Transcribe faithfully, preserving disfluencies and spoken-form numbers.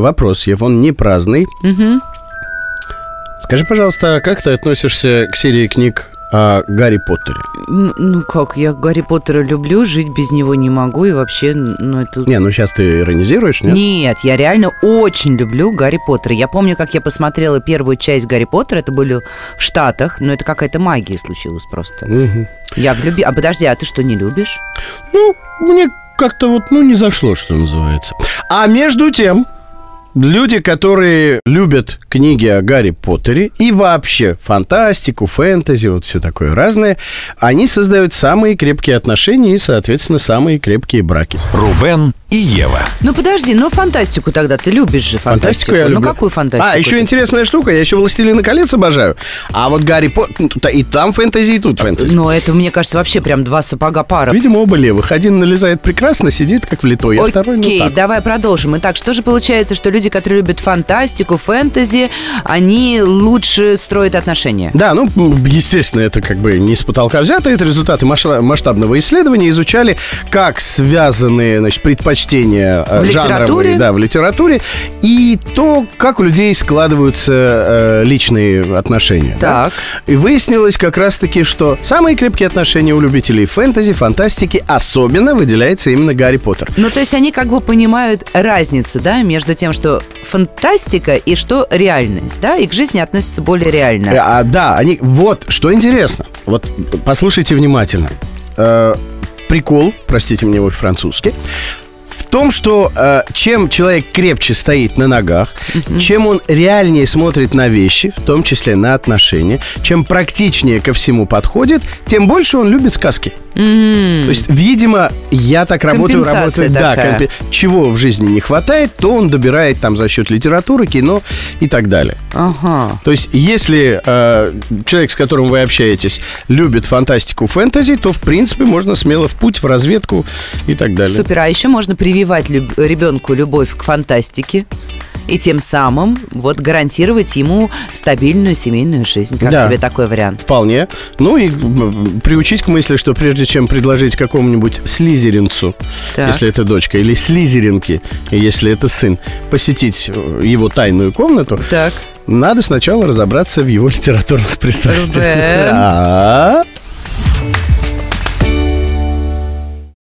вопрос, Ев, он не праздный. Угу. Скажи, пожалуйста, как ты относишься к серии книг о Гарри Поттере? Ну, ну как, я Гарри Поттера люблю, жить без него не могу. И вообще, ну это... Не, ну сейчас ты иронизируешь, нет? Нет, я реально очень люблю Гарри Поттера. Я помню, как я посмотрела первую часть Гарри Поттера. Это были в Штатах, но это какая-то магия случилась просто. Угу. Я влюбилась. А подожди, а ты что, не любишь? Ну, мне как-то вот, ну, не зашло, что называется. А между тем... Люди, которые любят книги о Гарри Поттере и вообще фантастику, фэнтези, вот все такое разное, они создают самые крепкие отношения и, соответственно, самые крепкие браки. Рубен и Ева. Ну подожди, ну фантастику тогда ты любишь же, фантастику. Фантастику я люблю. Ну какую фантастику? А, еще ты? интересная штука, я еще «Властелина колец» обожаю. А вот Гарри Поттер, и там фэнтези, и тут фэнтези. Ну это, мне кажется, вообще прям два сапога пара. Видимо, оба левых. Один налезает прекрасно, сидит как влитой, а второй ну так. Окей, давай продолжим. Итак, что же получается, что люди, которые любят фантастику, фэнтези, они лучше строят отношения? Да, ну, естественно, это как бы не с потолка взято. Это результаты масштабного исследования. Изучали, как связаны, значит, предпочтения в жанровые, литературе? Да, в литературе, и то, как у людей складываются э, личные отношения. Так. Да? И выяснилось как раз-таки, что самые крепкие отношения у любителей фэнтези, фантастики, особенно выделяется именно Гарри Поттер. Ну, то есть они как бы понимают разницу, да, между тем, что фантастика и что реальность, да, и к жизни относятся более реально. А, да, они, вот, что интересно, вот, послушайте внимательно. Э, прикол, простите мне его французский, в том, что э, чем человек крепче стоит на ногах, mm-hmm. чем он реальнее смотрит на вещи, в том числе на отношения, чем практичнее ко всему подходит, тем больше он любит сказки. Mm-hmm. То есть, видимо, я так работаю, работаю, да, компи... чего в жизни не хватает, то он добирает там за счет литературы, кино и так далее. Ага. То есть, если э, человек, с которым вы общаетесь, любит фантастику, фэнтези, то, в принципе, можно смело в путь, в разведку и так далее. Супер, а еще можно прививать люб... ребенку любовь к фантастике и тем самым вот гарантировать ему стабильную семейную жизнь. Как да, тебе такой вариант? Вполне. Ну и приучить к мысли, что прежде чем предложить какому-нибудь слизеринцу, так. если это дочка, или слизеринке, если это сын, посетить его тайную комнату, так. надо сначала разобраться в его литературных пристрастиях.